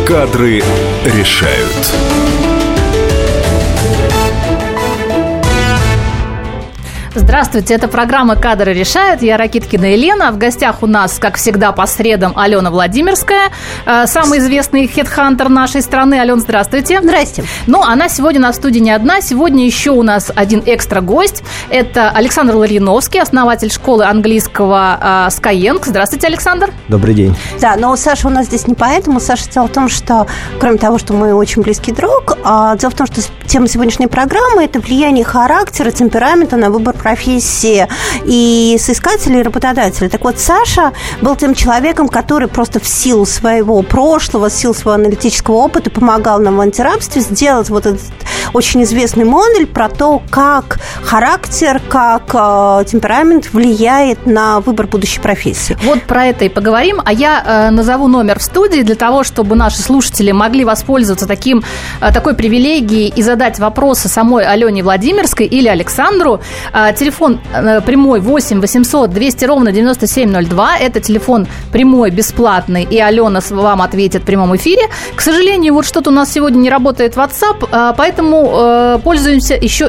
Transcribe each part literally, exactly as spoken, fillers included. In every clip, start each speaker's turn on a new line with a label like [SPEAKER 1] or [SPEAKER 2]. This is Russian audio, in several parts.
[SPEAKER 1] Кадры решают.
[SPEAKER 2] Здравствуйте, это программа «Кадры решают». Я Ракиткина Елена. А в гостях у нас, как всегда, по средам Алена Владимирская, самый известный хедхантер нашей страны. Ален, здравствуйте.
[SPEAKER 3] Здрасте.
[SPEAKER 2] Ну, она сегодня на студии не одна. Сегодня еще у нас один экстра гость. Это Александр Ларионовский, основатель школы английского Skyeng. Здравствуйте, Александр.
[SPEAKER 4] Добрый день.
[SPEAKER 3] Да, но Саша у нас здесь не поэтому. Саша, дело в том, что, кроме того, что мы очень близкий друг, дело в том, что тема сегодняшней программы – это влияние характера, темперамента на выбор профессии и соискателей, и работодателей. Так вот, Саша был тем человеком, который просто в силу своего прошлого, в силу своего аналитического опыта помогал нам в антирабстве сделать вот этот очень известный модуль про то, как характер, как э, темперамент влияет на выбор будущей профессии.
[SPEAKER 2] Вот про это и поговорим. А я э, назову номер в студии для того, чтобы наши слушатели могли воспользоваться таким, э, такой привилегией и задать вопросы самой Алене Владимирской или Александру. Э, телефон э, прямой восемь восемьсот двести ровно девяносто семь ноль два. Это телефон прямой, бесплатный, и Алена вам ответит в прямом эфире. К сожалению, вот что-то у нас сегодня не работает WhatsApp, э, поэтому пользуемся еще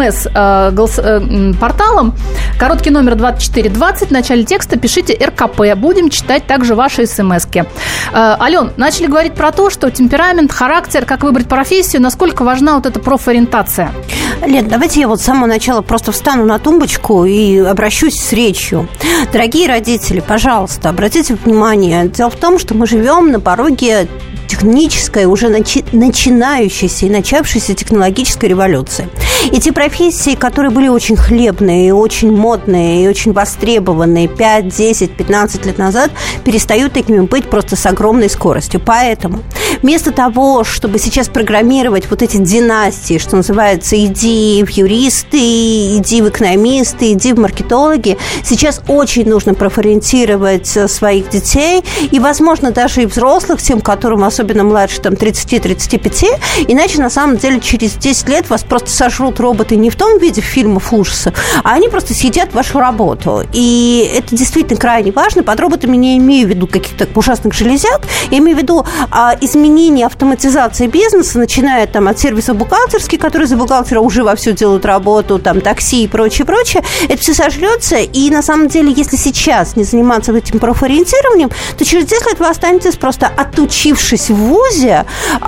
[SPEAKER 2] смс-порталом. Короткий номер двадцать четыре двадцать. В начале текста пишите эр ка пэ. Будем читать также ваши смски. Ален, начали говорить про то, что темперамент, характер, как выбрать профессию, насколько важна вот эта профориентация.
[SPEAKER 3] Лен, давайте я вот с самого начала просто встану на тумбочку и обращусь с речью. Дорогие родители, пожалуйста, обратите внимание. Дело в том, что мы живем на пороге технической, уже начи- начинающейся и начавшейся технологической революции. И те профессии, которые были очень хлебные, очень модные и очень востребованные пять, десять, пятнадцать лет назад, перестают такими быть просто с огромной скоростью. Поэтому вместо того, чтобы сейчас программировать вот эти династии, что называется, иди в юристы, иди в экономисты, иди в маркетологи, сейчас очень нужно профориентировать своих детей и, возможно, даже и взрослых, тем, которым особенно младше, там, тридцать-тридцать пять, иначе, на самом деле, через десять лет вас просто сожрут роботы не в том виде фильмов ужасов, а они просто съедят вашу работу. И это действительно крайне важно. Под роботами не имею в виду каких-то ужасных железяк, я имею в виду а, изменение автоматизации бизнеса, начиная там от сервисов бухгалтерских, которые за бухгалтера уже вовсю делают работу, там, такси и прочее, прочее. Это все сожрется, и, на самом деле, если сейчас не заниматься этим профориентированием, то через десять лет вы останетесь просто отучившись в вузе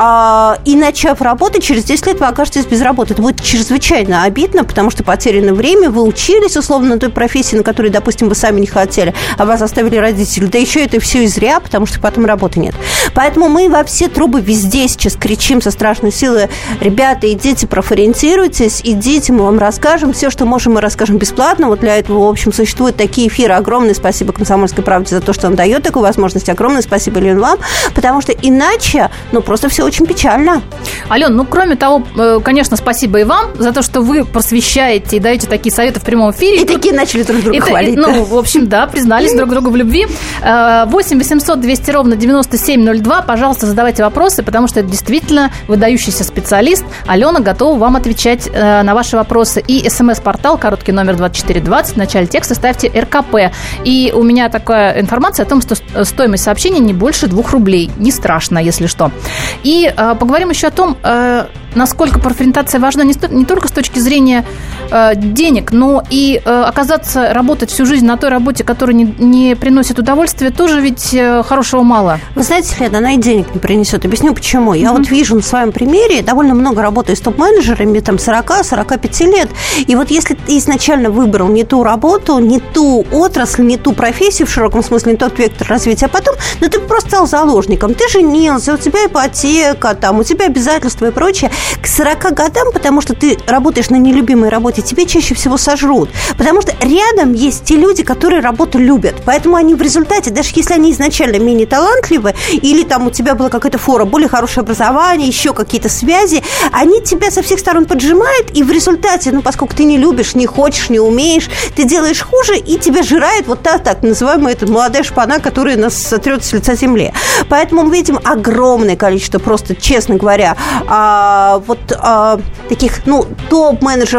[SPEAKER 3] а, и начав работать, через десять лет вы окажетесь без работы. Это будет чрезвычайно обидно, потому что потеряно время, вы учились условно на той профессии, на которой, допустим, вы сами не хотели, а вас оставили родители. Да еще это все и зря, потому что потом работы нет. Поэтому мы во все трубы везде сейчас кричим со страшной силой: ребята, идите, профориентируйтесь, идите, мы вам расскажем все, что можем, мы расскажем бесплатно. Вот для этого, в общем, существуют такие эфиры. Огромное спасибо «Комсомольской правде» за то, что он дает такую возможность. Огромное спасибо, Лен, вам, потому что иначе, ну, просто все очень печально.
[SPEAKER 2] Ален, ну, кроме того, конечно, спасибо и вам за то, что вы просвещаете и даете такие советы в прямом эфире.
[SPEAKER 3] И такие начали друг друга и хвалить.
[SPEAKER 2] И, ну, в общем, да, признались друг другу в любви. восемь восемьсот двести ровно девяносто семь ноль два. Пожалуйста, задавайте вопросы, потому что это действительно выдающийся специалист. Алена готова вам отвечать на ваши вопросы. И смс-портал, короткий номер двадцать четыре двадцать. В начале текста ставьте эр ка пэ. И у меня такая информация о том, что стоимость сообщения не больше двух рублей. Не страшно, если что. И э, поговорим еще о том, э, насколько профориентация важна не, сто, не только с точки зрения э, денег, но и э, оказаться, работать всю жизнь на той работе, которая не, не приносит удовольствия, тоже ведь э, хорошего мало.
[SPEAKER 3] Вы знаете, Лена, она и денег не принесет. Объясню, почему. Я mm-hmm. вот вижу на своем примере, довольно много работаю с топ-менеджерами, там, сорок-сорок пять лет, и вот если ты изначально выбрал не ту работу, не ту отрасль, не ту профессию в широком смысле, не тот вектор развития, а потом, ну, ты просто стал заложником, ты женился, у тебя ипотека, там, у тебя обязательства и прочее, к сорока годам, потому что ты работаешь на нелюбимой работе, тебе чаще всего сожрут. Потому что рядом есть те люди, которые работу любят. Поэтому они в результате, даже если они изначально менее талантливы, или там у тебя была какая-то фора, более хорошее образование, еще какие-то связи, они тебя со всех сторон поджимают, и в результате, ну, поскольку ты не любишь, не хочешь, не умеешь, ты делаешь хуже, и тебя жирает вот та так называемая эта молодая шпана, которая нас сотрет с лица земли. Поэтому мы видим огромное количество, просто, честно говоря, а, вот а, таких, ну, топ-менеджеров, не топ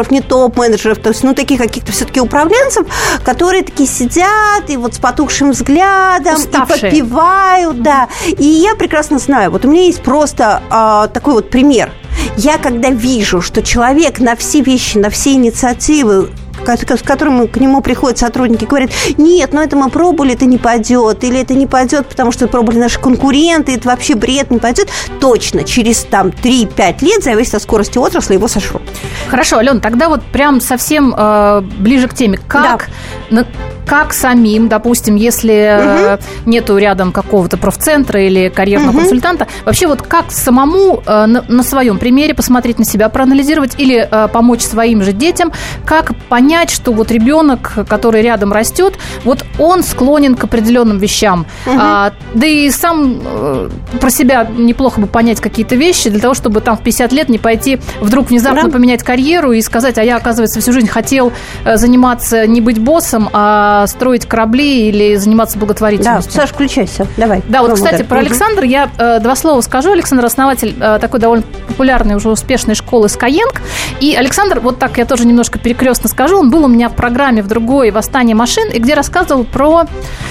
[SPEAKER 3] топ-менеджеров, то есть, ну, таких каких-то все-таки управленцев, которые такие сидят и вот с потухшим взглядом, уставшие, и попивают, да. И я прекрасно знаю, вот у меня есть просто э, такой вот пример. Я когда вижу, что человек на все вещи, на все инициативы, с которыми к нему приходят сотрудники, говорят: нет, ну это мы пробовали, это не пойдет, или это не пойдет, потому что пробовали наши конкуренты, это вообще бред, не пойдет, точно через там три-пять лет, зависит от скорости отрасли, его сошел.
[SPEAKER 2] Хорошо, Алена, тогда вот прям совсем э, ближе к теме. Как, да. на, как самим, допустим, если угу. нету рядом какого-то профцентра или карьерного угу. консультанта, вообще вот как самому э, на, на своем примере посмотреть на себя, проанализировать или э, помочь своим же детям, как понять, что вот ребенок, который рядом растет, вот он склонен к определенным вещам. Угу. А, да и сам э, про себя неплохо бы понять какие-то вещи для того, чтобы там в пятьдесят лет не пойти вдруг внезапно да. поменять карьеру и сказать: а я, оказывается, всю жизнь хотел заниматься не быть боссом, а строить корабли или заниматься благотворительностью.
[SPEAKER 3] Да, Саш, включайся, давай.
[SPEAKER 2] Да, вот, кстати, про угу. Александра я э, два слова скажу. Александр – основатель э, такой довольно популярной, уже успешной школы Skyeng. И Александр, вот так я тоже немножко перекрестно скажу, он был у меня в программе в другой «Восстание машин», и где рассказывал про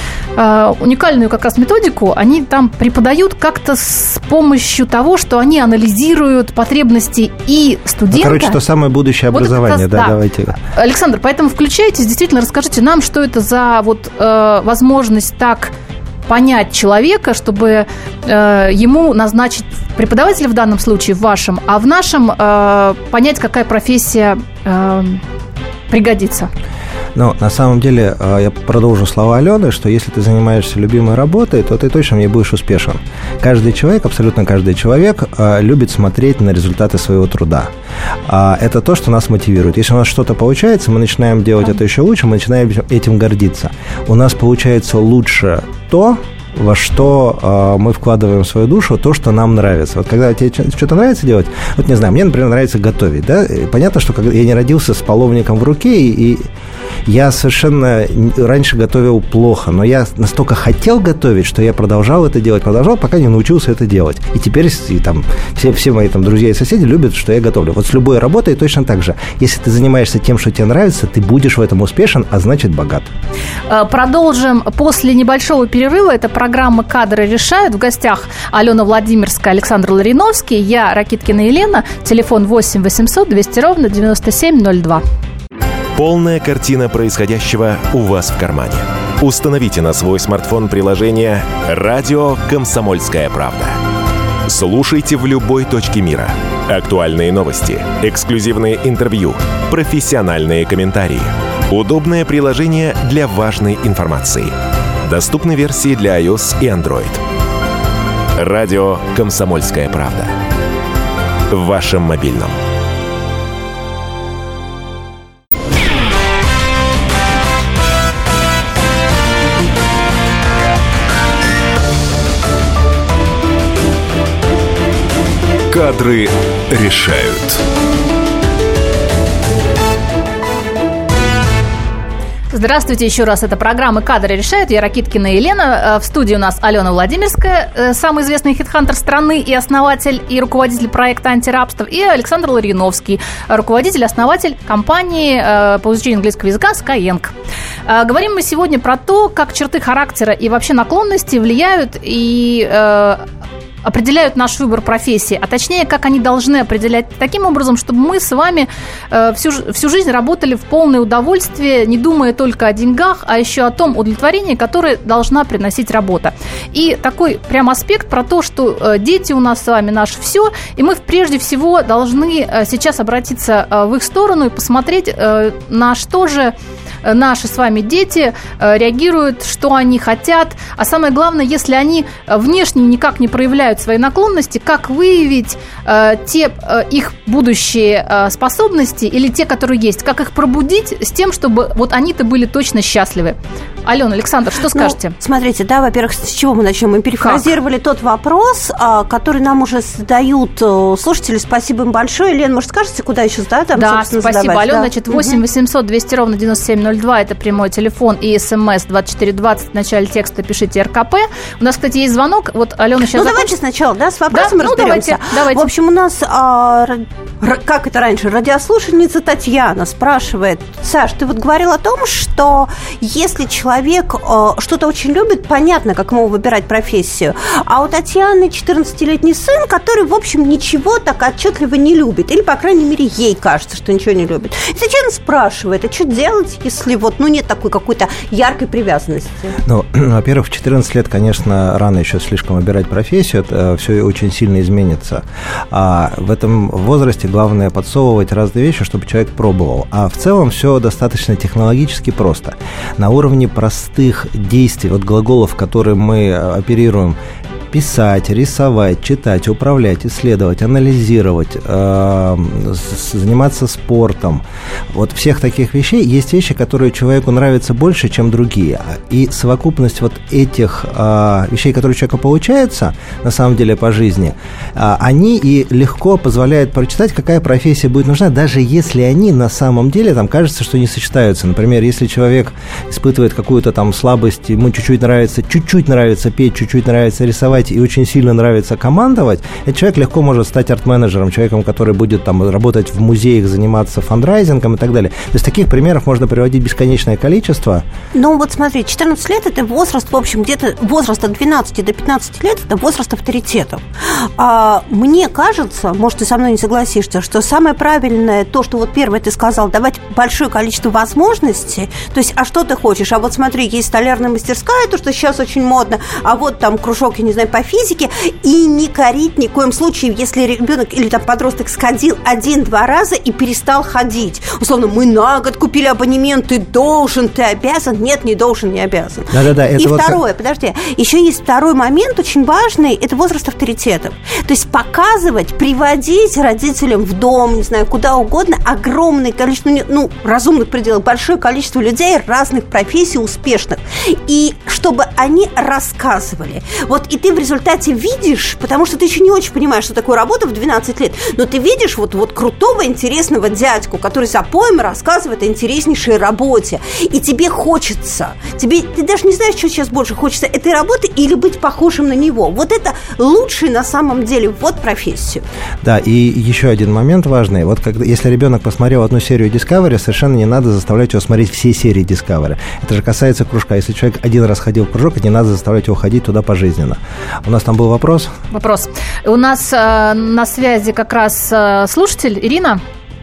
[SPEAKER 2] э, уникальную как раз методику. Они там преподают как-то с помощью того, что они анализируют потребности и студента.
[SPEAKER 4] Ну, короче, то самое будущее образование, вот, да, да, давайте.
[SPEAKER 2] Александр, поэтому включайтесь, действительно расскажите нам, что это за вот э, возможность так понять человека, чтобы э, ему назначить преподавателя в данном случае, в вашем, а в нашем э, понять, какая профессия э, пригодится.
[SPEAKER 4] Ну, на самом деле, я продолжу слова Алены, что если ты занимаешься любимой работой, то ты точно в ней будешь успешен. Каждый человек, абсолютно каждый человек любит смотреть на результаты своего труда. Это то, что нас мотивирует. Если у нас что-то получается, мы начинаем делать это еще лучше, мы начинаем этим гордиться. У нас получается лучше то, во что э, мы вкладываем свою душу, то, что нам нравится. Вот когда тебе что-то нравится делать, вот не знаю, мне, например, нравится готовить, да, и понятно, что когда я не родился с половником в руке, и, и я совершенно раньше готовил плохо, но я настолько хотел готовить, что я продолжал это делать, продолжал, пока не научился это делать. И теперь и, там, все, все мои там, друзья и соседи любят, что я готовлю. Вот с любой работой точно так же. Если ты занимаешься тем, что тебе нравится, ты будешь в этом успешен, а значит богат.
[SPEAKER 2] Продолжим после небольшого перерыва. Это программа «Кадры решают». В гостях Алена Владимирская, Александр Лариновский, я, Ракиткина Елена. Телефон восемь восемьсот двести ровно девяносто семь ноль два.
[SPEAKER 1] Полная картина происходящего у вас в кармане. Установите на свой смартфон приложение «Радио Комсомольская правда». Слушайте в любой точке мира. Актуальные новости, эксклюзивные интервью, профессиональные комментарии. Удобное приложение для важной информации. Доступны версии для iOS и Android. Радио «Комсомольская правда». В вашем мобильном. Кадры решают.
[SPEAKER 2] Здравствуйте еще раз. Это программа «Кадры решают». Я Ракиткина Елена. В студии у нас Алена Владимирская, самый известный хедхантер страны и основатель и руководитель проекта «Антирабство», и Александр Лариновский, руководитель, основатель компании по изучению английского языка Skyeng. Говорим мы сегодня про то, как черты характера и вообще наклонности влияют и определяют наш выбор профессии, а точнее, как они должны определять таким образом, чтобы мы с вами э, всю, всю жизнь работали в полное удовольствие, не думая только о деньгах, а еще о том удовлетворении, которое должна приносить работа. И такой прям аспект про то, что э, дети у нас с вами наше все, и мы прежде всего должны э, сейчас обратиться э, в их сторону и посмотреть, э, на что же наши с вами дети реагируют, что они хотят. А самое главное, если они внешне никак не проявляют свои наклонности, как выявить э, те э, их будущие э, способности или те, которые есть, как их пробудить с тем, чтобы вот они-то были точно счастливы. Алена, Александр, что скажете?
[SPEAKER 3] Ну, смотрите, да, во-первых, с чего мы начнем? Мы перефразировали как? тот вопрос, который нам уже задают слушатели. Спасибо им большое. Лен, может, скажете, куда еще задать?
[SPEAKER 2] Да, спасибо, задавать? Алена. Да. Значит, восемь восемьсот двести ровно девяносто семь ноль два, это прямой телефон, и смс двадцать четыре двадцать, в начале текста пишите РКП. У нас, кстати, есть звонок. Вот Алена сейчас...
[SPEAKER 3] Ну,
[SPEAKER 2] закончит.
[SPEAKER 3] давайте сначала, да, с вопросом
[SPEAKER 2] да?
[SPEAKER 3] разберемся.
[SPEAKER 2] Ну, давайте, давайте.
[SPEAKER 3] В общем, у нас, а, р, как это раньше, радиослушательница Татьяна спрашивает: Саш, ты вот говорил о том, что если человек а, что-то очень любит, понятно, как ему выбирать профессию. А у Татьяны четырнадцатилетний сын, который, в общем, ничего так отчетливо не любит. Или, по крайней мере, ей кажется, что ничего не любит. И Татьяна спрашивает: а что делать, если вот, ну, нет такой какой-то яркой привязанности?
[SPEAKER 4] Ну, во-первых, в четырнадцать лет, конечно, рано еще слишком выбирать профессию, это все очень сильно изменится. А в этом возрасте главное подсовывать разные вещи, чтобы человек пробовал. А в целом все достаточно технологически просто. На уровне простых действий, вот глаголов, которые мы оперируем: писать, рисовать, читать, управлять, исследовать, анализировать, э, заниматься спортом. Вот всех таких вещей есть вещи, которые человеку нравятся больше, чем другие. И совокупность вот этих э, вещей, которые у человека получаются, на самом деле, по жизни, э, они и легко позволяют прочитать, какая профессия будет нужна, даже если они на самом деле, там, кажется, что не сочетаются. Например, если человек испытывает какую-то там слабость, ему чуть-чуть нравится, чуть-чуть нравится петь, чуть-чуть нравится рисовать, и очень сильно нравится командовать, этот человек легко может стать арт-менеджером, человеком, который будет там работать в музеях, заниматься фандрайзингом и так далее. То есть таких примеров можно приводить бесконечное количество.
[SPEAKER 3] Ну вот смотри, четырнадцать лет – это возраст, в общем, где-то возраст от двенадцати до пятнадцати лет – это возраст авторитетов. А мне кажется, может, ты со мной не согласишься, что самое правильное, то, что вот первое ты сказал, давать большое количество возможностей, то есть, а что ты хочешь? А вот смотри, есть столярная мастерская, то, что сейчас очень модно, а вот там кружок, я не знаю, по физике, и не корить ни в коем случае, если ребенок или там подросток сходил один-два раза и перестал ходить. Условно, мы на год купили абонемент, ты должен, ты обязан. Нет, не должен, не обязан.
[SPEAKER 4] Да-да-да, это
[SPEAKER 3] и
[SPEAKER 4] вот
[SPEAKER 3] второе, подожди, еще есть второй момент очень важный, это возраст авторитетов. То есть показывать, приводить родителям в дом, не знаю, куда угодно, огромное количество, ну, разумных пределов, большое количество людей разных профессий, успешных. И чтобы они рассказывали. Вот и ты в результате видишь, потому что ты еще не очень понимаешь, что такое работа в двенадцать лет, но ты видишь вот, вот крутого, интересного дядьку, который за поем рассказывает о интереснейшей работе. И тебе хочется. Тебе, ты даже не знаешь, что сейчас больше хочется, этой работы или быть похожим на него. Вот это лучший на самом деле ввод в профессию.
[SPEAKER 4] Да, и еще один момент важный. Вот когда, если ребенок посмотрел одну серию Discovery, совершенно не надо заставлять его смотреть все серии Discovery. Это же касается кружка. Если человек один раз ходил в кружок, не надо заставлять его ходить туда пожизненно. У нас там был вопрос.
[SPEAKER 2] Вопрос. У нас э, на связи как раз э, слушатель Ирина.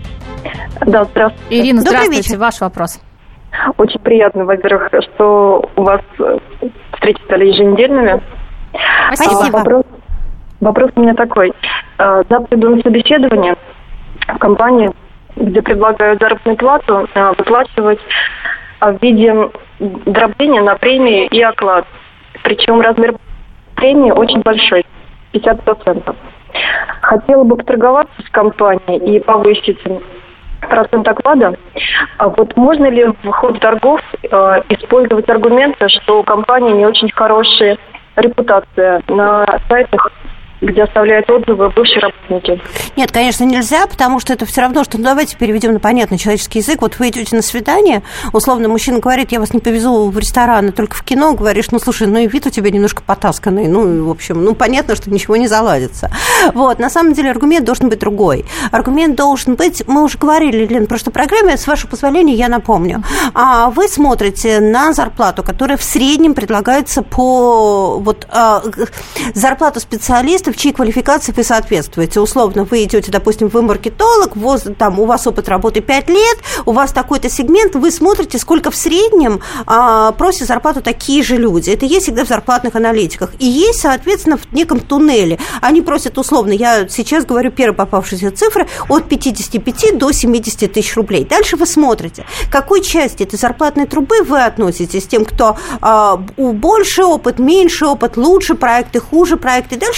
[SPEAKER 5] Да, здравствуйте.
[SPEAKER 2] Ирина, здравствуйте. Ваш вопрос.
[SPEAKER 5] Очень приятно, во-первых, что у вас встречи стали еженедельными.
[SPEAKER 2] Спасибо.
[SPEAKER 5] А, вопрос, вопрос у меня такой. Завтра иду на собеседование в компании, где предлагают заработную плату выплачивать в виде дробления на премии и оклад. Причем размер премии очень большой, пятьдесят процентов. Хотела бы поторговаться с компанией и повысить процент оклада. А вот можно ли в ходе торгов э, использовать аргументы, что у компании не очень хорошая репутация на сайтах, где оставляют отзывы бывшие работники?
[SPEAKER 3] Нет, конечно, нельзя, потому что это все равно, что, ну, давайте переведем на понятный человеческий язык. Вот вы идете на свидание, условно, мужчина говорит: я вас не повезу в ресторан, а только в кино. Говоришь: ну, слушай, ну и вид у тебя немножко потасканный. Ну, в общем, ну, понятно, что ничего не заладится. Вот, на самом деле аргумент должен быть другой. Аргумент должен быть, мы уже говорили, Лен, в прошлой программе, с вашего позволения я напомню. А вы смотрите на зарплату, которая в среднем предлагается по вот а, зарплату специалистов, чьей квалификации вы соответствуете. Условно, вы идете, допустим, вы маркетолог, воз, там, у вас опыт работы пять лет, у вас такой-то сегмент, вы смотрите, сколько в среднем а, просят зарплату такие же люди. Это есть всегда в зарплатных аналитиках. И есть, соответственно, в неком туннеле. Они просят, условно, я сейчас говорю первые попавшиеся цифры, от пятидесяти пяти до семидесяти тысяч рублей. Дальше вы смотрите, к какой части этой зарплатной трубы вы относитесь, тем, кто а, у больше опыт, меньше опыт, лучше проекты, хуже проекты. Дальше вы аргументируете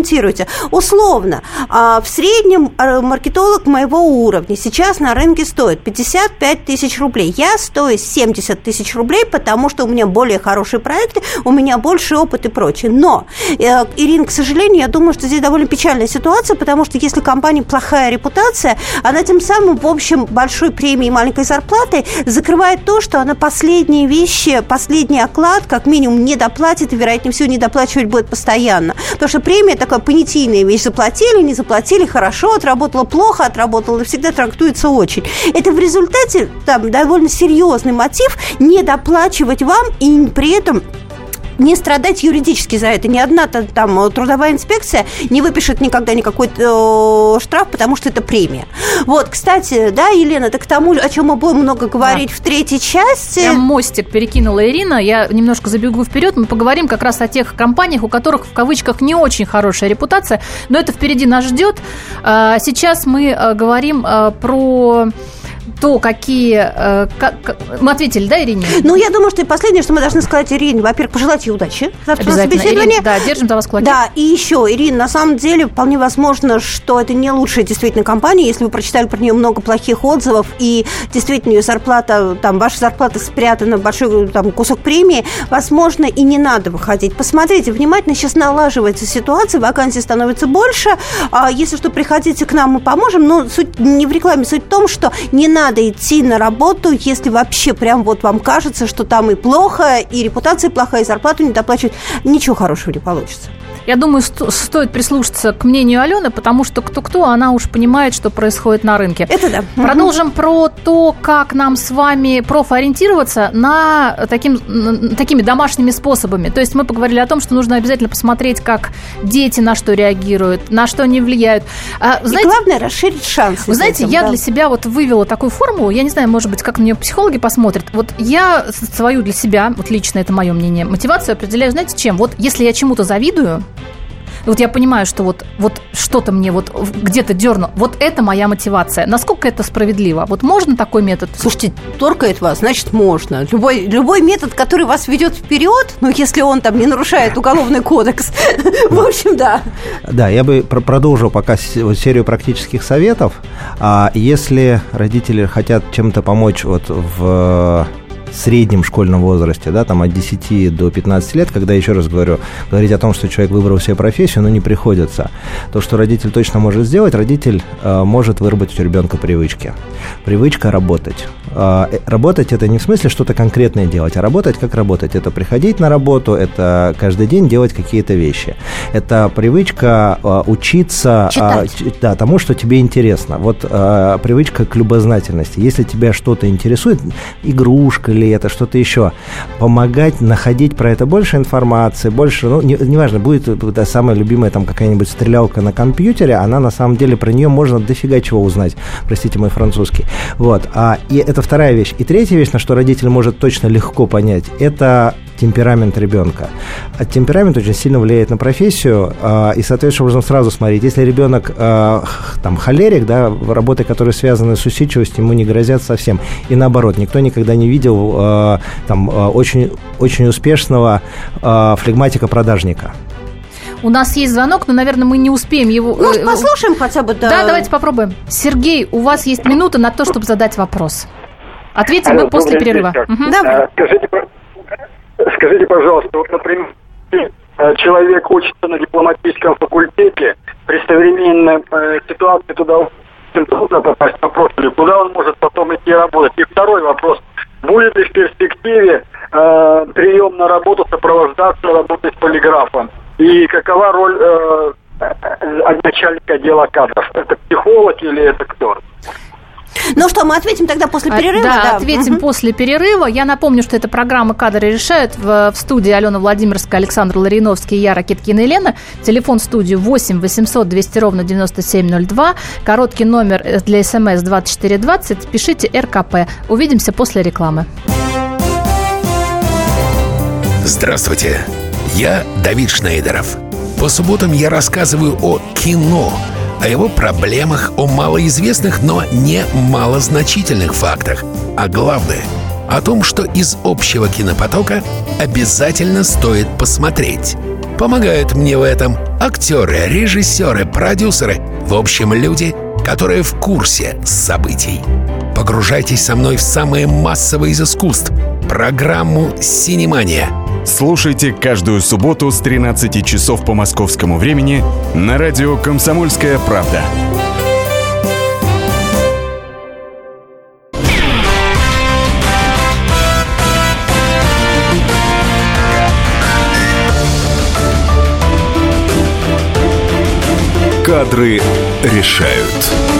[SPEAKER 3] аргументируйте. Условно, в среднем маркетолог моего уровня сейчас на рынке стоит пятьдесят пять тысяч рублей. Я стою семьдесят тысяч рублей, потому что у меня более хорошие проекты, у меня больше опыт и прочее. Но, Ирина, к сожалению, я думаю, что здесь довольно печальная ситуация, потому что если компания плохая репутация, она тем самым, в общем, большой премией и маленькой зарплатой закрывает то, что она последние вещи, последний оклад, как минимум, не доплатит, и, вероятнее всего, не доплачивать будет постоянно. Потому что премия такая понятийная вещь. Заплатили, не заплатили, хорошо, отработала плохо, отработала, всегда трактуется очень. Это в результате там довольно серьезный мотив не доплачивать вам и при этом не страдать юридически за это. Ни одна там трудовая инспекция не выпишет никогда никакой э, штраф, потому что это премия. Вот, кстати, да, Елена, это к тому, о чем мы будем много говорить да. в третьей части.
[SPEAKER 2] Прям мостик перекинула Ирина. Я немножко забегу вперед. Мы поговорим как раз о тех компаниях, у которых в кавычках не очень хорошая репутация, но это впереди нас ждет. Сейчас мы говорим про то, какие... Э, как, мы ответили, да, Ирине?
[SPEAKER 3] Ну, я думаю, что и последнее, что мы должны сказать Ирине, во-первых, пожелать ей удачи.
[SPEAKER 2] Обязательно. Ирина, да, держим за вас кулаки.
[SPEAKER 3] Да, и еще, Ирина, на самом деле, вполне возможно, что это не лучшая действительно компания, если вы прочитали про нее много плохих отзывов, и действительно ее зарплата, там, ваша зарплата спрятана в большой там, кусок премии, возможно, и не надо выходить. Посмотрите внимательно, сейчас налаживается ситуация, вакансий становится больше. А если что, приходите к нам, мы поможем. Но суть не в рекламе, суть в том, что не надо идти на работу, если вообще прям вот вам кажется, что там и плохо, и репутация плохая, и зарплату не доплачивают. Ничего хорошего не получится.
[SPEAKER 2] Я думаю, сто- стоит прислушаться к мнению Алены, потому что кто-кто, она уж понимает, что происходит на рынке.
[SPEAKER 3] Это да.
[SPEAKER 2] Продолжим угу. про то, как нам с вами профориентироваться на, таким, на такими домашними способами. То есть мы поговорили о том, что нужно обязательно посмотреть, как дети на что реагируют, на что они влияют. А, знаете,
[SPEAKER 3] и главное, расширить шансы.
[SPEAKER 2] Вы знаете, этим, я да. для себя вот вывела такую формулу, я не знаю, может быть, как на нее психологи посмотрят. Вот я свою для себя, вот лично это мое мнение, мотивацию определяю, знаете, чем? Вот если я чему-то завидую, вот я понимаю, что вот, вот что-то мне вот где-то дернуло. Вот это моя мотивация. Насколько это справедливо? Вот можно такой метод?
[SPEAKER 3] Слушайте, торкает вас, значит, можно. Любой, любой метод, который вас ведет вперед, ну, если он там не нарушает уголовный кодекс, в общем, да.
[SPEAKER 4] Да, я бы продолжил пока серию практических советов. Если родители хотят чем-то помочь вот в среднем школьном возрасте, да, там от десяти до пятнадцати лет, когда, еще раз говорю, говорить о том, что человек выбрал себе профессию, но не приходится. То, что родитель точно может сделать, родитель э, может выработать у ребенка привычки. Привычка работать. Э, работать – это не в смысле что-то конкретное делать, а работать как работать. Это приходить на работу, это каждый день делать какие-то вещи. Это привычка э, учиться э, да, тому, что тебе интересно. Вот э, привычка к любознательности. Если тебя что-то интересует, игрушка или это что-то еще, помогать находить про это больше информации, больше, ну, не, неважно, будет да, самая любимая там какая-нибудь стрелялка на компьютере, она на самом деле, про нее можно дофига чего узнать, простите мой французский. Вот, а, и это вторая вещь. И третья вещь, на что родитель может точно легко понять, это темперамент ребенка. А темперамент очень сильно влияет на профессию, э, и, соответственно, нужно сразу смотреть. Если ребенок э, там холерик, да, работы, которые связаны с усидчивостью, ему не грозят совсем. И наоборот, никто никогда не видел э, там э, очень, очень успешного э, флегматика-продажника.
[SPEAKER 2] У нас есть звонок, но, наверное, мы не успеем его...
[SPEAKER 3] Может, послушаем хотя бы? Да,
[SPEAKER 2] да давайте попробуем. Сергей, у вас есть минута на то, чтобы задать вопрос. Ответим
[SPEAKER 6] Алло,
[SPEAKER 2] мы после перерыва.
[SPEAKER 6] Угу. Да. Скажите, скажите, пожалуйста, вот, например, человек учится на дипломатическом факультете, при современной э, ситуации туда трудно попасть на профиль, куда он может потом идти работать? И второй вопрос. Будет ли в перспективе э, прием на работу сопровождаться работой с полиграфом? И какова роль э, начальника отдела кадров? Это психолог или это кто?
[SPEAKER 3] Ну что, мы ответим тогда после перерыва?
[SPEAKER 2] Да,
[SPEAKER 3] да.
[SPEAKER 2] ответим
[SPEAKER 3] угу.
[SPEAKER 2] после перерыва. Я напомню, что это программа «Кадры решают». В, в студии Алена Владимирская, Александр Лариновский, я, Ракиткина Елена. Телефон в студию восемь восемьсот двести ровно девяносто семь ноль два. Короткий номер для СМС двадцать четыре двадцать. Пишите РКП. Увидимся после рекламы.
[SPEAKER 7] Здравствуйте, я Давид Шнейдеров. По субботам я рассказываю о кино, о его проблемах, о малоизвестных, но не малозначительных фактах. А главное, о том, что из общего кинопотока обязательно стоит посмотреть. Помогают мне в этом актеры, режиссеры, продюсеры, в общем, люди, которые в курсе событий. Погружайтесь со мной в самое массовое из искусств – программу «Синемания».
[SPEAKER 8] Слушайте каждую субботу с тринадцати часов по московскому времени на радио «Комсомольская правда».
[SPEAKER 1] Кадры решают.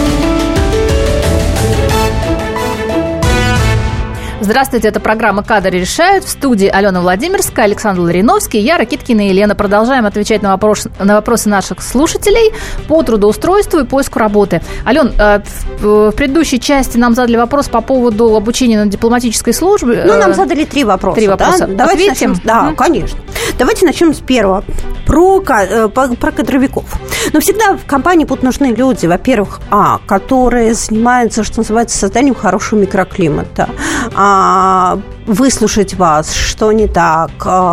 [SPEAKER 2] Здравствуйте, это программа «Кадры решают». В студии Алена Владимирская, Александр Лариновский, я, Ракиткина и Елена. Продолжаем отвечать на, вопрос, на вопросы наших слушателей по трудоустройству и поиску работы. Ален, в предыдущей части нам задали вопрос по поводу обучения на дипломатической службе.
[SPEAKER 3] Ну, нам задали три вопроса.
[SPEAKER 2] Три вопроса.
[SPEAKER 3] Да? Давайте
[SPEAKER 2] Ответим?
[SPEAKER 3] Начнем, да, mm. конечно. Давайте начнем с первого. Про, про кадровиков. Но всегда в компании будут нужны люди, во-первых, а, которые занимаются, что называется, созданием хорошего микроклимата, а, выслушать вас, что не так,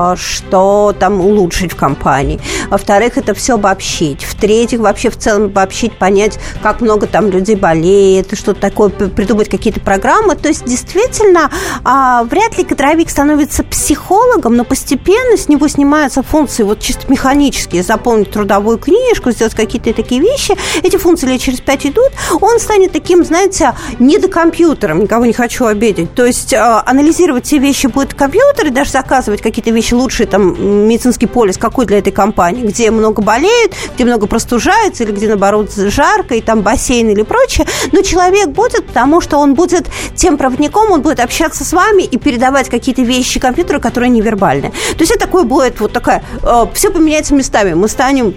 [SPEAKER 3] что там улучшить в компании. Во-вторых, это все обобщить. В-третьих, вообще в целом обобщить, понять, как много там людей болеет, что-то такое, придумать какие-то программы. То есть, действительно, вряд ли кадровик становится психологом, но постепенно с него снимаются функции вот чисто механические, заполнить трудовую книжку, сделать какие-то такие вещи. Эти функции лет через пять идут. Он станет таким, знаете, недокомпьютером, никого не хочу обидеть. То есть, анализировать те вещи будет компьютер, и даже заказывать какие-то вещи лучшие, там, медицинский полис какой для этой компании, где много болеют, где много простужается, или где, наоборот, жарко, и там бассейн или прочее. Но человек будет, потому что он будет тем проводником, он будет общаться с вами и передавать какие-то вещи компьютеру, которые невербальны. То есть это такое будет вот такая, э, все поменяется местами, мы станем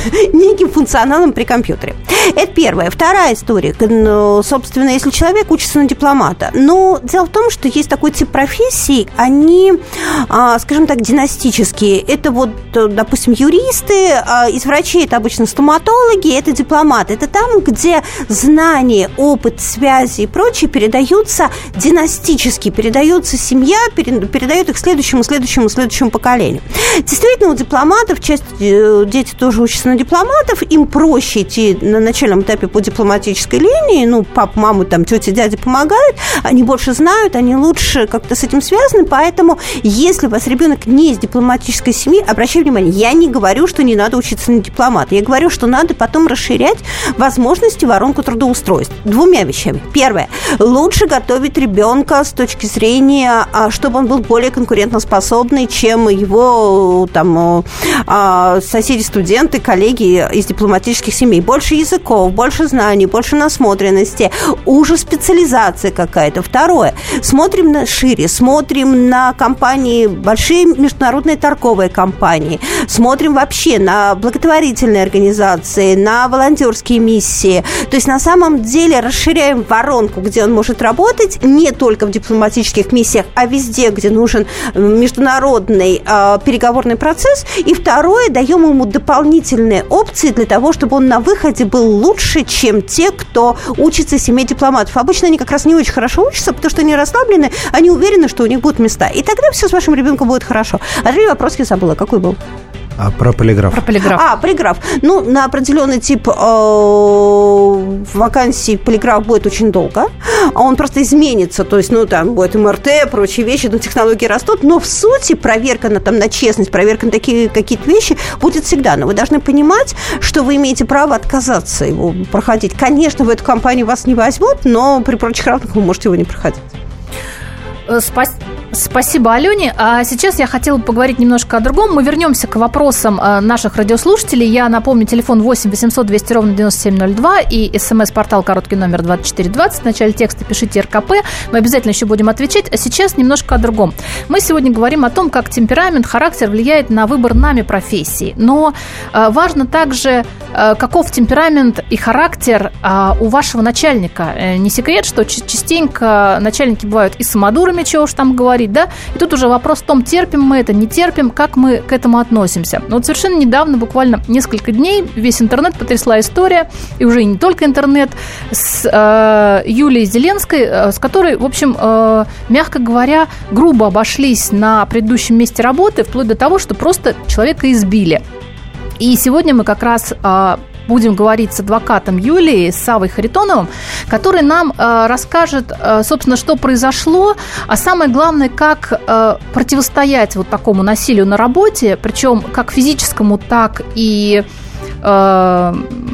[SPEAKER 3] неким функционалом при компьютере. Это первое. Вторая история. Ну, собственно, если человек учится на дипломата. Но дело в том, что есть такой тип профессий, они, скажем так, династические. Это вот, допустим, юристы, из врачей это обычно стоматологи, это дипломаты. Это там, где знания, опыт, связи и прочее передаются династически, передается семья, передает их следующему, следующему, следующему поколению. Действительно, у дипломатов, часть дети тоже учатся на дипломатов, им проще идти на начальном этапе по дипломатической линии, ну, папа, мама, там, тети, дяди помогают, они больше знают, они лучше как-то с этим связаны, поэтому если у вас ребенок не из дипломатической семьи, обращайте внимание, я не говорю, что не надо учиться на дипломата, я говорю, что надо потом расширять возможности воронку трудоустройств двумя вещами. Первое, лучше готовить ребенка с точки зрения, чтобы он был более конкурентоспособный, чем его там соседи-студенты, коллеги из дипломатических семей. Больше языков, больше знаний, больше насмотренности, уже специализация какая-то. Второе, смотрим на шире, смотрим на компании, большие международные торговые компании, смотрим вообще на благотворительные организации, на волонтерские миссии. То есть на самом деле расширяем воронку, где он может работать, не только в дипломатических миссиях, а везде, где нужен международный э, переговорный процесс. И второе, даем ему дополнительные опции для того, чтобы он на выходе был лучше, чем те, кто учится из семей дипломатов. Обычно они как раз не очень хорошо учатся, потому что они расслаблены, они уверены, что у них будут места. И тогда все с вашим ребенком будет хорошо. А третий вопрос я забыла. Какой был?
[SPEAKER 4] А про полиграф.
[SPEAKER 2] Про полиграф.
[SPEAKER 3] А, полиграф. Ну, на определенный тип э, вакансий полиграф будет очень долго. А он просто изменится. То есть, ну, там будет эм эр тэ, прочие вещи, ну, технологии растут. Но в сути проверка на, там, на честность, проверка на такие какие-то вещи будет всегда. Но вы должны понимать, что вы имеете право отказаться его проходить. Конечно, в эту компанию вас не возьмут, но при прочих равных вы можете его не проходить.
[SPEAKER 2] Спасибо. Спасибо, Алене. А сейчас я хотела поговорить немножко о другом. Мы вернемся к вопросам наших радиослушателей. Я напомню, телефон восемь восемьсот двести ровно девяносто семь ноль два и смс-портал короткий номер двадцать четыре двадцать. В начале текста пишите эр ка пэ. Мы обязательно еще будем отвечать. А сейчас немножко о другом. Мы сегодня говорим о том, как темперамент, характер влияет на выбор нами профессии. Но важно также, каков темперамент и характер у вашего начальника. Не секрет, что частенько начальники бывают и самодурами, чего уж там говорить, говорить, да? И тут уже вопрос в том, терпим мы это, не терпим, как мы к этому относимся. Но вот совершенно недавно, буквально несколько дней, весь интернет потрясла история, и уже и не только интернет, с э, Юлией Зеленской, э, с которой, в общем, э, мягко говоря, грубо обошлись на предыдущем месте работы, вплоть до того, что просто человека избили. И сегодня мы как раз э, будем говорить с адвокатом Юлии, с Саввой Харитоновым, который нам э, расскажет, э, собственно, что произошло, а самое главное, как э, противостоять вот такому насилию на работе, причем как физическому, так и э,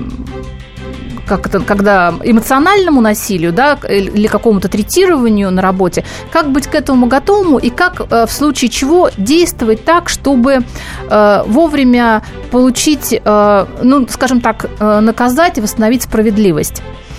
[SPEAKER 2] как это, когда эмоциональному насилию, да, или какому-то третированию на работе, как быть к этому готовому и как в случае чего действовать так, чтобы э, вовремя получить, э, ну, скажем так, э, наказать и восстановить справедливость.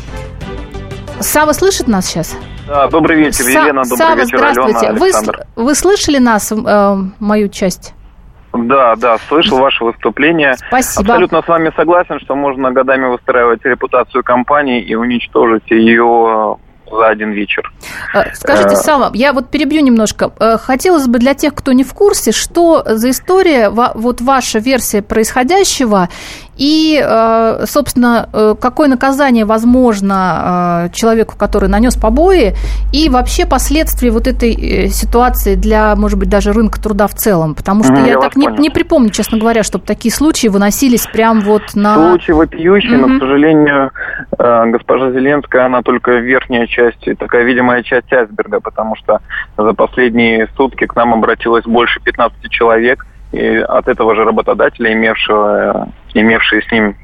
[SPEAKER 2] Сава слышит нас сейчас?
[SPEAKER 9] Да, добрый вечер,
[SPEAKER 2] Са-
[SPEAKER 9] Елена, добрый
[SPEAKER 2] Сава,
[SPEAKER 9] вечер,
[SPEAKER 2] здравствуйте.
[SPEAKER 9] Алена,
[SPEAKER 2] Вы,
[SPEAKER 9] Александр.
[SPEAKER 2] вы слышали нас, э, мою часть?
[SPEAKER 9] Да, да, слышал ваше выступление.
[SPEAKER 2] Спасибо.
[SPEAKER 9] Абсолютно с вами согласен, что можно годами выстраивать репутацию компании и уничтожить ее за один вечер.
[SPEAKER 2] Скажите, Сава, я вот перебью немножко. Хотелось бы для тех, кто не в курсе, что за история, вот ваша версия происходящего и, собственно, какое наказание возможно человеку, который нанес побои, и вообще последствия вот этой ситуации для, может быть, даже рынка труда в целом. Потому что я, я так не, не припомню, честно говоря, чтобы такие случаи выносились прям вот на...
[SPEAKER 9] Случай вопиющий, mm-hmm. но, к сожалению, госпожа Зеленская, она только верхняя часть, такая видимая часть айсберга, потому что за последние сутки к нам обратилось больше пятнадцати человек, и от этого же работодателя, имевшего, имевшие с ним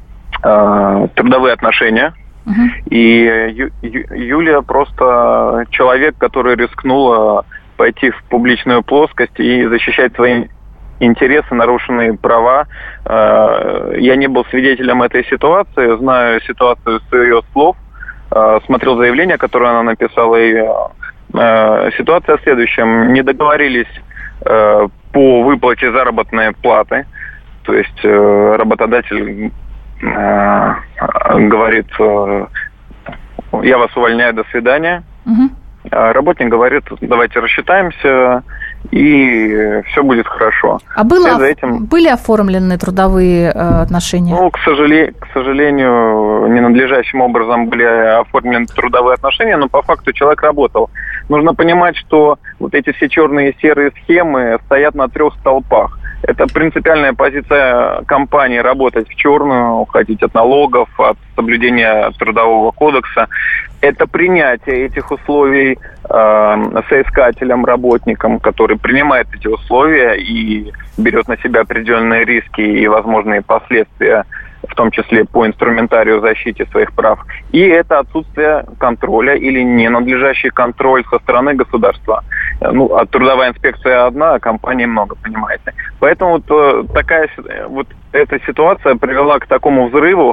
[SPEAKER 9] э, трудовые отношения. Uh-huh. И Ю, Ю, Юлия просто человек, который рискнула пойти в публичную плоскость и защищать свои интересы, нарушенные права. Э, я не был свидетелем этой ситуации, знаю ситуацию с ее слов, э, смотрел заявление, которое она написала, и э, ситуация в следующем. Не договорились э, по выплате заработной платы, то есть э, работодатель э, говорит, э, я вас увольняю, до свидания. Угу. А работник говорит, давайте рассчитаемся, и все будет хорошо.
[SPEAKER 2] А было, этим... были оформлены трудовые э, отношения?
[SPEAKER 9] Ну, к сожалению, к сожалению, ненадлежащим образом были оформлены трудовые отношения, но по факту человек работал. Нужно понимать, что вот эти все черные и серые схемы стоят на трех столпах. Это принципиальная позиция компании работать в черную, уходить от налогов, от соблюдения трудового кодекса. Это принятие этих условий э, соискателем, работником, который принимает эти условия и берет на себя определенные риски и возможные последствия, в том числе по инструментарию защиты своих прав. И это отсутствие контроля или ненадлежащий контроль со стороны государства. Ну, а трудовая инспекция одна, а компаний много, понимаете. Поэтому вот такая вот эта ситуация привела к такому взрыву,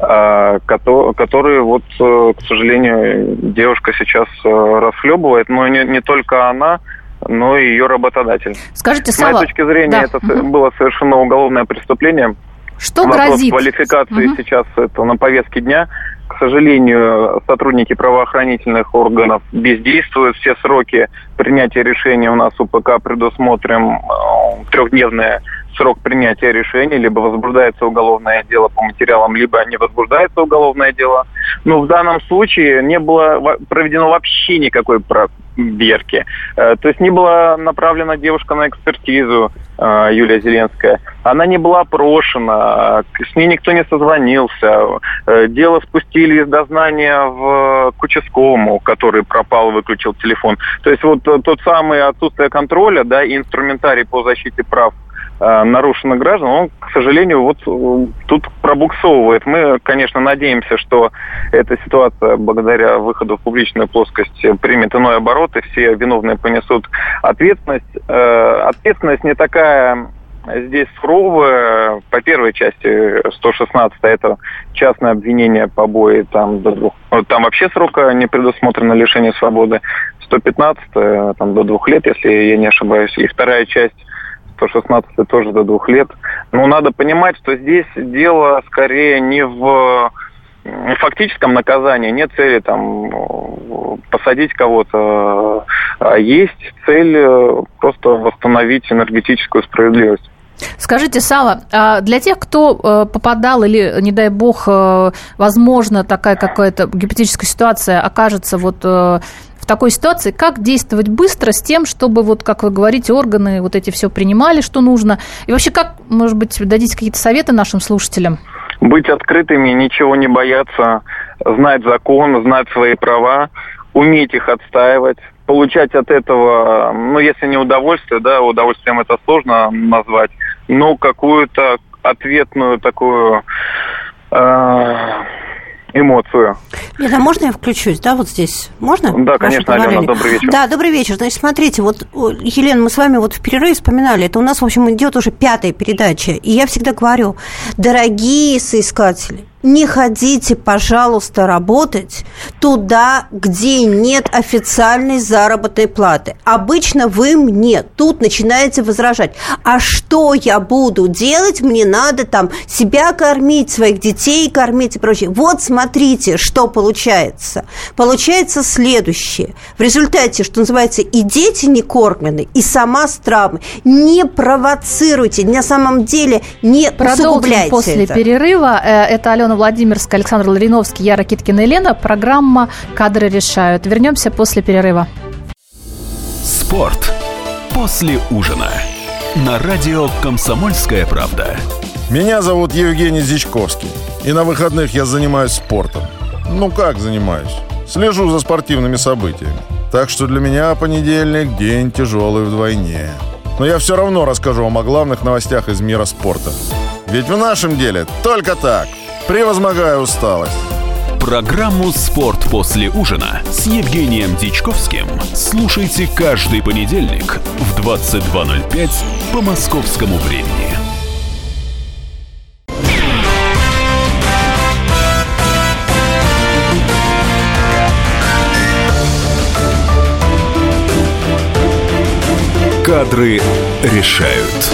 [SPEAKER 9] который, который вот, к сожалению, девушка сейчас расхлебывает. Но не, не только она, но и ее работодатель.
[SPEAKER 2] Скажите,
[SPEAKER 9] С моей
[SPEAKER 2] Сава...
[SPEAKER 9] точки зрения,
[SPEAKER 2] да.
[SPEAKER 9] это угу. было совершенно уголовное преступление.
[SPEAKER 2] Что
[SPEAKER 9] Вопрос
[SPEAKER 2] грозит?
[SPEAKER 9] Квалификации
[SPEAKER 2] угу.
[SPEAKER 9] сейчас это на повестке дня. К сожалению, сотрудники правоохранительных органов бездействуют. Все сроки принятия решения у нас УПК предусмотрен э, трехдневный срок принятия решения. Либо возбуждается уголовное дело по материалам, либо не возбуждается уголовное дело. Но в данном случае не было проведено вообще никакой проверки. Э, то есть не была направлена девушка на экспертизу, э, Юлия Зеленская. Она не была опрошена, с ней никто не созвонился. Э, дело спустили из дознания в, к участковому, который пропал, выключил телефон. То есть вот тот самый отсутствие контроля, да, и инструментарий по защите прав э, нарушенных граждан, он, к сожалению, вот тут пробуксовывает. Мы, конечно, надеемся, что эта ситуация, благодаря выходу в публичную плоскость, примет иной оборот, и все виновные понесут ответственность. Э, ответственность не такая... Здесь суровое, по первой части сто шестнадцатая, это частное обвинение, побои, там до двух, там вообще срока не предусмотрено лишение свободы, сто пятнадцатая, там до двух лет, если я не ошибаюсь, и вторая часть сто шестнадцатая тоже до двух лет. Но надо понимать, что здесь дело скорее не в фактическом наказании, нет цели там посадить кого-то А есть цель просто восстановить энергетическую справедливость.
[SPEAKER 2] Скажите, Сава, для тех, кто попадал или, не дай бог, возможно, такая какая-то гипотетическая ситуация окажется вот в такой ситуации, как действовать быстро с тем, чтобы, вот, как вы говорите, органы вот эти все принимали, что нужно? И вообще, как, может быть, дадите какие-то советы нашим слушателям?
[SPEAKER 9] Быть открытыми, ничего не бояться, знать закон, знать свои права, уметь их отстаивать, получать от этого, ну, если не удовольствие, да, удовольствием это сложно назвать, но какую-то ответную такую э, эмоцию.
[SPEAKER 3] Нет, а можно я включусь, да, вот здесь? Можно?
[SPEAKER 9] Да, конечно, Алена, добрый вечер.
[SPEAKER 3] Да, добрый вечер. Значит, смотрите, вот, Елена, мы с вами вот в перерыве вспоминали, это у нас, в общем, идет уже пятая передача, и я всегда говорю, дорогие соискатели, не ходите, пожалуйста, работать туда, где нет официальной заработной платы. Обычно вы мне тут начинаете возражать. А что я буду делать? Мне надо там себя кормить, своих детей кормить и прочее. Вот смотрите, что получается. Получается следующее. В результате, что называется, и дети не кормлены, и сама с травмой. Не провоцируйте, на самом деле не усугубляйте это.
[SPEAKER 2] После перерыва. Это Алена Владимирская, Александр Лариновский, я, Ракиткина Елена. Программа «Кадры решают». Вернемся после перерыва.
[SPEAKER 10] Спорт после ужина. На радио «Комсомольская правда».
[SPEAKER 11] Меня зовут Евгений Зичковский. И на выходных я занимаюсь спортом. Ну как занимаюсь? Слежу за спортивными событиями. Так что для меня понедельник – день тяжелый вдвойне. Но я все равно расскажу вам о главных новостях из мира спорта. Ведь в нашем деле только так. Превозмогая усталость.
[SPEAKER 10] Программу «Спорт после ужина» с Евгением Дичковским слушайте каждый понедельник в двадцать два ноль пять по московскому времени. Кадры решают.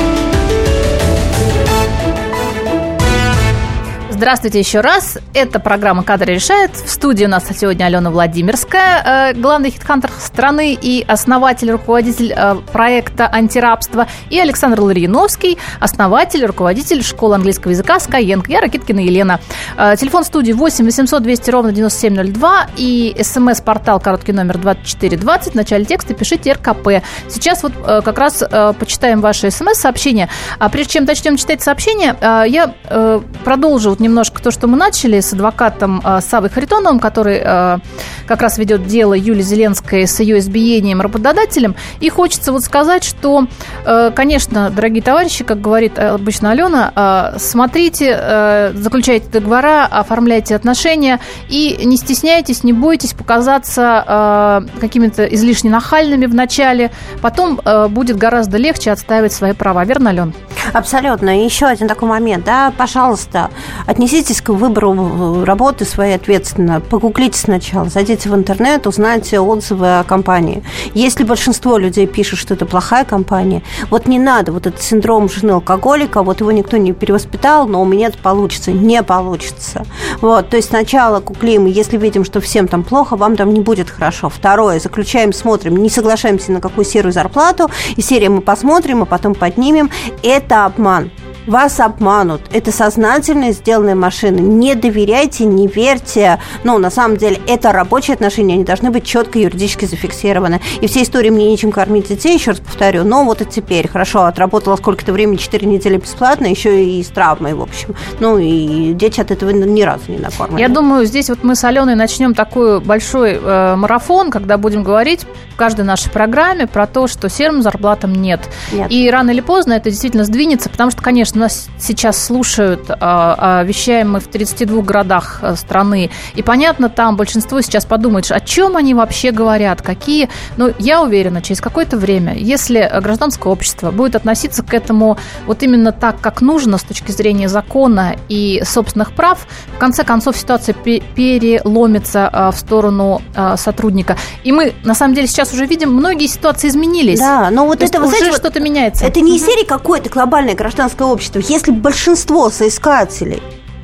[SPEAKER 2] Здравствуйте еще раз. Это программа «Кадры решают». В студии у нас сегодня Алена Владимирская, главный хедхантер страны и основатель, руководитель проекта «Антирабство», и Александр Лариновский, основатель, руководитель школы английского языка Skyeng. Я, Ракиткина Елена. Телефон студии восемь восемьсот двести ровно девяносто семь ноль два и смс-портал короткий номер двадцать четыре двадцать. В начале текста пишите РКП. Сейчас вот как раз почитаем ваши смс-сообщения. А прежде чем начнем читать сообщения, я продолжу вот немножко то, что мы начали с адвокатом э, Савой Харитоновым, который э, как раз ведет дело Юлии Зеленской с ее избиением работодателем. И хочется вот сказать, что, э, конечно, дорогие товарищи, как говорит обычно Алена, э, смотрите, э, заключайте договора, оформляйте отношения и не стесняйтесь, не бойтесь показаться э, какими-то излишне нахальными в начале. Потом э, будет гораздо легче отстаивать свои права. Верно, Алена?
[SPEAKER 3] Абсолютно. И еще один такой момент. Да, пожалуйста, отнеситесь к выбору работы своей ответственно. Погуглите сначала, зайдите в интернет, узнайте отзывы о компании. Если большинство людей пишет, что это плохая компания, вот не надо, вот этот синдром жены алкоголика, вот его никто не перевоспитал, но у меня это получится. Не получится. Вот, то есть сначала гуглим, если видим, что всем там плохо, вам там не будет хорошо. Второе, заключаем, смотрим, не соглашаемся на какую серую зарплату, и серию мы посмотрим, а потом поднимем. Это обман. Вас обманут. Это сознательно сделанные машины. Не доверяйте, не верьте. Ну, на самом деле, это рабочие отношения, они должны быть четко юридически зафиксированы. И все истории «мне нечем кормить детей», еще раз повторю, но вот и теперь, хорошо, отработала сколько-то времени, четыре недели бесплатно, еще и с травмой, в общем. Ну, и дети от этого ни разу не накормлены.
[SPEAKER 2] Я думаю, здесь вот мы с Аленой начнем такой большой э, марафон, когда будем говорить в каждой нашей программе про то, что серым зарплатам нет. нет. И рано или поздно это действительно сдвинется, потому что, конечно, нас сейчас слушают, вещаем мы в тридцати двух городах страны, и, понятно, там большинство сейчас подумает, о чем они вообще говорят, какие... Но я уверена, через какое-то время, если гражданское общество будет относиться к этому вот именно так, как нужно с точки зрения закона и собственных прав, в конце концов ситуация переломится в сторону сотрудника. И мы, на самом деле, сейчас уже видим, многие ситуации изменились.
[SPEAKER 3] Да, но вот
[SPEAKER 2] То
[SPEAKER 3] это,
[SPEAKER 2] уже
[SPEAKER 3] знаете,
[SPEAKER 2] что-то меняется.
[SPEAKER 3] Это не из серии какое-то глобальное гражданское общество. Если большинство соискателей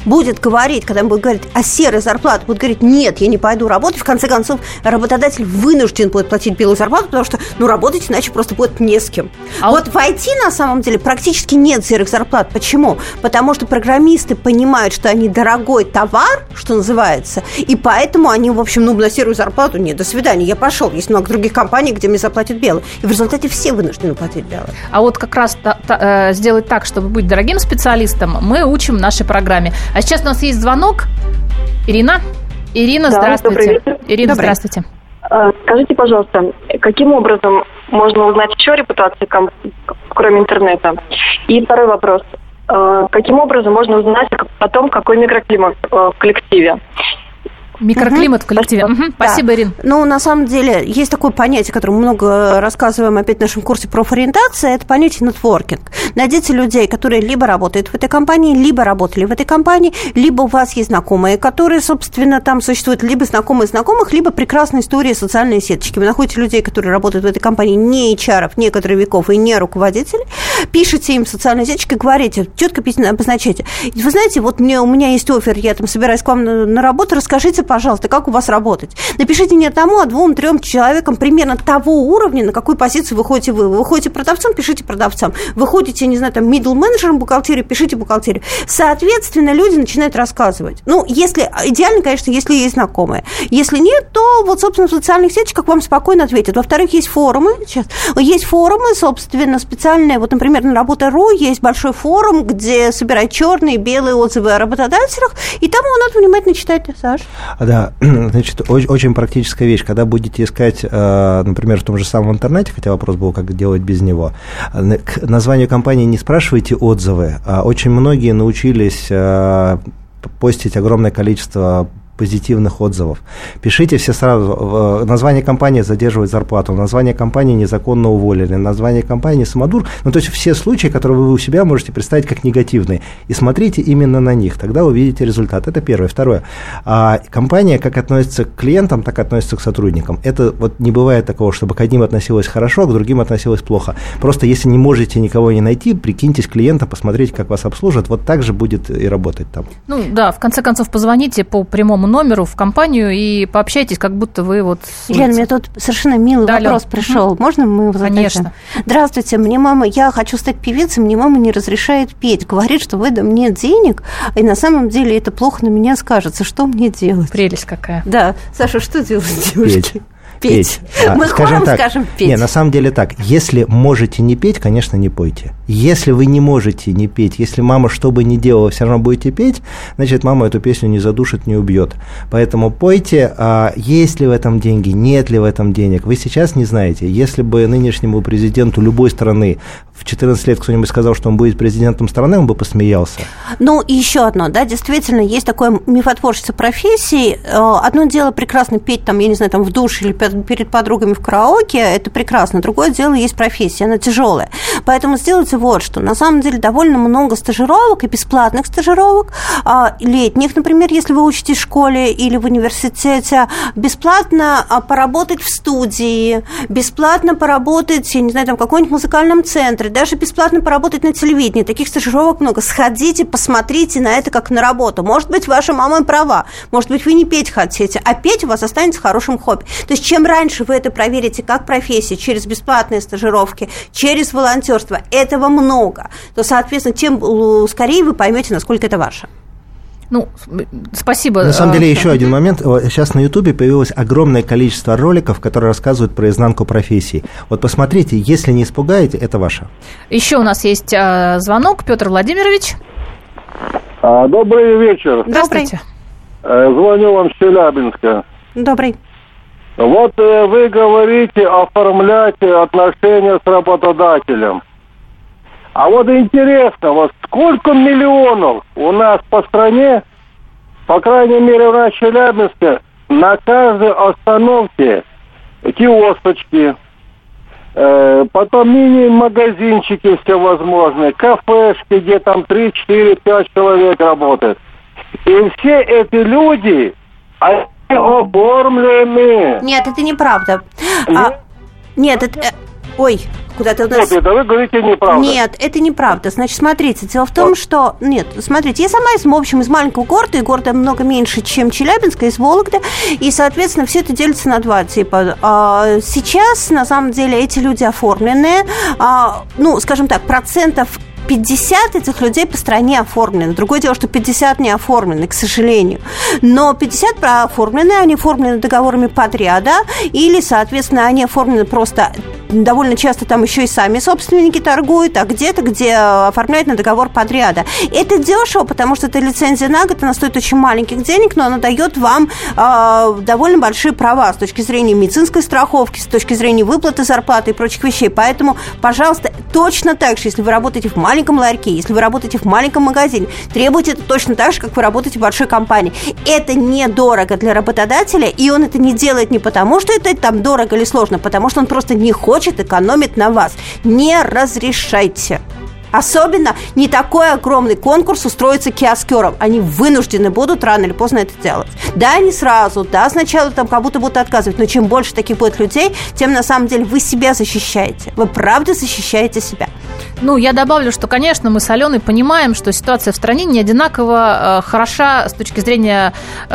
[SPEAKER 3] будет говорить, когда он будет говорить о серой зарплате, будет говорить, нет, я не пойду работать, в конце концов, работодатель вынужден будет платить белую зарплату, потому что, ну, работать иначе просто будет не с кем. А вот в ай ти, на самом деле, практически нет серых зарплат. Почему? Потому что программисты понимают, что они дорогой товар, что называется, и поэтому они, в общем, ну, на серую зарплату, нет, до свидания, я пошел. Есть много других компаний, где мне заплатят белые. И в результате все вынуждены платить белые. А
[SPEAKER 2] вот как раз та, та, э, сделать так, чтобы быть дорогим специалистом, мы учим в нашей программе. А сейчас у нас есть звонок. Ирина? Ирина, да, здравствуйте. Ирина, добрый. Здравствуйте.
[SPEAKER 5] Скажите, пожалуйста, каким образом можно узнать еще репутацию, кроме интернета? И второй вопрос. Каким образом можно узнать о том, какой микроклимат в коллективе?
[SPEAKER 2] Микроклимат угу. в коллективе. Угу. Спасибо, да. Ирина.
[SPEAKER 3] Ну, на самом деле, есть такое понятие, которое мы много рассказываем опять в нашем курсе профориентация, это понятие нетворкинг. Найдите людей, которые либо работают в этой компании, либо работали в этой компании, либо у вас есть знакомые, которые, собственно, там существуют, либо знакомые знакомых, либо прекрасная история социальной сеточки. Вы находите людей, которые работают в этой компании, не эйч ар-ов, не кадровиков и не руководителей, пишите им в социальной сеточке, говорите, четко обозначайте. Вы знаете, вот мне, у меня есть оффер, я там собираюсь к вам на, на работу, расскажите, пожалуйста, как у вас работать. Напишите не одному, а двум, трем человекам примерно того уровня, на какую позицию вы ходите вы. Вы выходите продавцом, пишите продавцом. Вы ходите, не знаю, там, middle менеджером бухгалтерии, пишите бухгалтерию. Соответственно, люди начинают рассказывать. Ну, если, идеально, конечно, если есть знакомые. Если нет, то вот, собственно, в социальных сетях вам спокойно ответят. Во-вторых, есть форумы. Сейчас. Есть форумы, собственно, специальные. Вот, например, на работа точка ру есть большой форум, где собирают черные и белые отзывы о работодателях, и там его надо внимательно читать, Саш.
[SPEAKER 4] Да, значит, очень практическая вещь. Когда будете искать, например, в том же самом интернете, хотя вопрос был, как делать без него, к названию компании не спрашивайте отзывы. Очень многие научились постить огромное количество позитивных отзывов. Пишите все сразу. Название компании задерживает зарплату, название компании незаконно уволили, название компании самодур. Ну, то есть все случаи, которые вы у себя можете представить как негативные. И смотрите именно на них. Тогда увидите результат. Это первое. Второе. А компания как относится к клиентам, так и относится к сотрудникам. Это вот не бывает такого, чтобы к одним относилась хорошо, а к другим относилась плохо. Просто если не можете никого не найти, прикиньтесь клиента, посмотрите, как вас обслужат. Вот так же будет и работать там.
[SPEAKER 2] Ну, да, в конце концов, позвоните по прямому номеру в компанию и пообщайтесь, как будто вы вот...
[SPEAKER 3] Елена, мне тут совершенно милый да, вопрос Лен. пришел. Угу. Можно мы его задать?
[SPEAKER 2] Конечно.
[SPEAKER 3] Здравствуйте, мне мама, я хочу стать певицей, мне мама не разрешает петь. Говорит, что в этом нет денег, и на самом деле это плохо на меня скажется. Что мне делать?
[SPEAKER 2] Прелесть какая.
[SPEAKER 3] Да. Саша, что делать, девушки?
[SPEAKER 4] Петь. Петь.
[SPEAKER 3] Мы
[SPEAKER 4] скажем
[SPEAKER 3] хором
[SPEAKER 4] так,
[SPEAKER 3] скажем петь.
[SPEAKER 4] Не, на самом деле так. Если можете не петь, конечно, не пойте. Если вы не можете не петь, если мама что бы ни делала, все равно будете петь, значит, мама эту песню не задушит, не убьет. Поэтому пойте. А есть ли в этом деньги, нет ли в этом денег, вы сейчас не знаете. Если бы нынешнему президенту любой страны в четырнадцать лет кто-нибудь сказал, что он будет президентом страны, он бы посмеялся.
[SPEAKER 3] Ну, и еще одно, да, действительно, есть такое мифотворчество профессий. Одно дело прекрасно петь, там, я не знаю, там, в душе или перед подругами в караоке, это прекрасно. Другое дело, есть профессия, она тяжелая. Поэтому сделайте вот что. На самом деле довольно много стажировок и бесплатных стажировок, летних, например, если вы учитесь в школе или в университете, бесплатно поработать в студии, бесплатно поработать, я не знаю, там, в каком-нибудь музыкальном центре, даже бесплатно поработать на телевидении. Таких стажировок много. Сходите, посмотрите на это как на работу. Может быть, ваша мама права, может быть, вы не петь хотите, а петь у вас останется хорошим хобби. То есть, чем раньше вы это проверите как профессию, через бесплатные стажировки, через волонтерство, этого много, то, соответственно, тем скорее вы поймете, насколько это ваше.
[SPEAKER 2] Ну, спасибо.
[SPEAKER 4] На самом деле, еще один момент. Сейчас на Ютубе появилось огромное количество роликов, которые рассказывают про изнанку профессии. Вот посмотрите, если не испугаете, это ваше.
[SPEAKER 2] Еще у нас есть звонок. Петр Владимирович.
[SPEAKER 12] Добрый вечер.
[SPEAKER 2] Здравствуйте.
[SPEAKER 12] Звоню вам с Челябинска.
[SPEAKER 3] Добрый.
[SPEAKER 12] Вот вы говорите оформлять отношения с работодателем. А вот интересно, вот сколько миллионов у нас по стране, по крайней мере, в Челябинске, на каждой остановке киосочки, э, потом мини-магазинчики всевозможные, кафешки, где там три, четыре, пять человек работают. И все эти люди, они оформлены.
[SPEAKER 3] Нет, это неправда. А, нет, это... Ой, Куда-то у нас...
[SPEAKER 12] Нет, это вы говорите неправду.
[SPEAKER 3] Нет, это неправда. Значит, смотрите, дело в том, вот. что... Нет, смотрите, я сама, из, в общем, из маленького города, и города много меньше, чем Челябинска, из Вологды, и, соответственно, все это делится на два типа. Сейчас, на самом деле, эти люди оформлены, ну, скажем так, процентов пятьдесят этих людей по стране оформлены. Другое дело, что пятьдесят не оформлены, к сожалению. Но пятьдесят оформлены, они оформлены договорами подряда, или, соответственно, они оформлены просто... Довольно часто там еще и сами собственники торгуют, а где-то, где оформляют на договор подряда. Это дешево, потому что эта лицензия на год, она стоит очень маленьких денег, но она дает вам э, довольно большие права с точки зрения медицинской страховки, с точки зрения выплаты зарплаты и прочих вещей. Поэтому, пожалуйста, точно так же, если вы работаете в маленьком ларьке, если вы работаете в маленьком магазине, требуйте это точно так же, как вы работаете в большой компании. Это недорого для работодателя, и он это не делает не потому, что это там дорого или сложно, потому что он просто не хочет экономить на вас. Не разрешайте. Особенно не такой огромный конкурс устроится киоскерам. Они вынуждены будут рано или поздно это делать. Да, не сразу, да, сначала там как будто будут отказывать, но чем больше таких будет людей, тем на самом деле вы себя защищаете. Вы правда защищаете себя.
[SPEAKER 2] Ну, я добавлю, что, конечно, мы с Аленой понимаем, что ситуация в стране не одинаково э, хороша с точки зрения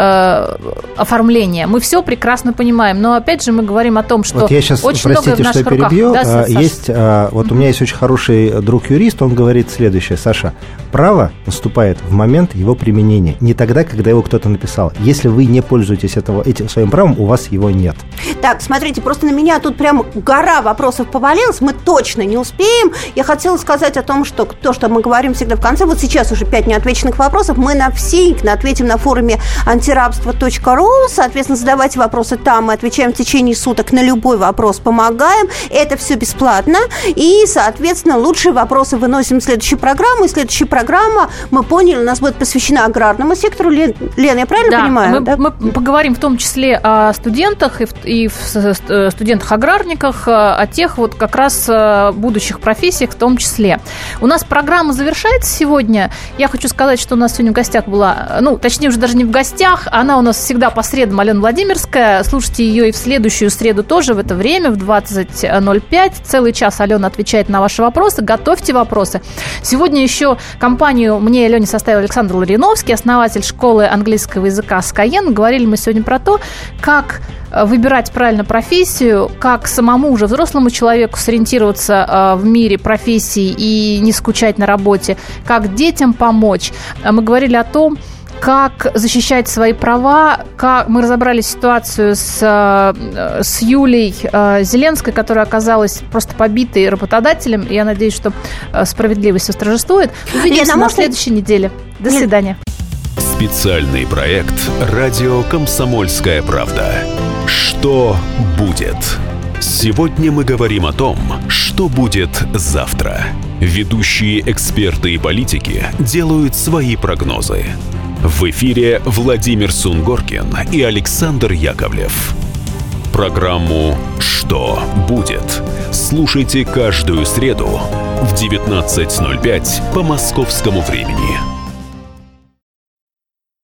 [SPEAKER 2] э, оформления. Мы все прекрасно понимаем, но, опять же, мы говорим о том, что
[SPEAKER 4] вот я сейчас,
[SPEAKER 2] очень
[SPEAKER 4] простите,
[SPEAKER 2] многое в наших
[SPEAKER 4] что я перебью.
[SPEAKER 2] руках. Да,
[SPEAKER 4] есть, а, вот mm-hmm. у меня есть очень хороший друг-юрист, он говорит следующее: Саша, право наступает в момент его применения, не тогда, когда его кто-то написал. Если вы не пользуетесь этого, этим своим правом, у вас его нет.
[SPEAKER 3] Так, смотрите, просто на меня тут прям гора вопросов повалилась, мы точно не успеем. Я хотела сказать о том, что то, что мы говорим всегда в конце, вот сейчас уже пять неотвеченных вопросов, мы на все их ответим на форуме антирабство точка ру, соответственно, задавайте вопросы там, мы отвечаем в течение суток на любой вопрос, помогаем, это все бесплатно, и, соответственно, лучшие вопросы выносим в следующую программу, и следующая программа, мы поняли, у нас будет посвящена аграрному сектору. Лен, Лена, я правильно
[SPEAKER 2] да,
[SPEAKER 3] понимаю?
[SPEAKER 2] Мы,
[SPEAKER 3] да,
[SPEAKER 2] мы поговорим в том числе о студентах и, в, и в студентах-аграрниках, о тех вот как раз будущих профессиях в том числе. У нас программа завершается сегодня. Я хочу сказать, что у нас сегодня в гостях была, ну, точнее, уже даже не в гостях, она у нас всегда по средам, Алена Владимирская. Слушайте ее и в следующую среду тоже в это время, в двадцать ноль пять. Целый час Алена отвечает на ваши вопросы. Готовьте вопросы. Сегодня еще компанию мне и Алене составил Александр Лариновский, основатель школы английского языка Skyeng. Говорили мы сегодня про то, как выбирать правильно профессию, как самому уже взрослому человеку сориентироваться в мире профессий и не скучать на работе, как детям помочь. Мы говорили о том, как защищать свои права, как мы разобрали ситуацию с, с Юлей Зеленской, которая оказалась просто побитой работодателем. И я надеюсь, что справедливость восторжествует. Увидимся на следующей неделе. До свидания.
[SPEAKER 10] Специальный проект «Радио Комсомольская правда». Что будет? Сегодня мы говорим о том, что будет завтра. Ведущие эксперты и политики делают свои прогнозы. В эфире Владимир Сунгоркин и Александр Яковлев. Программу «Что будет?» слушайте каждую среду в девятнадцать ноль пять по московскому времени.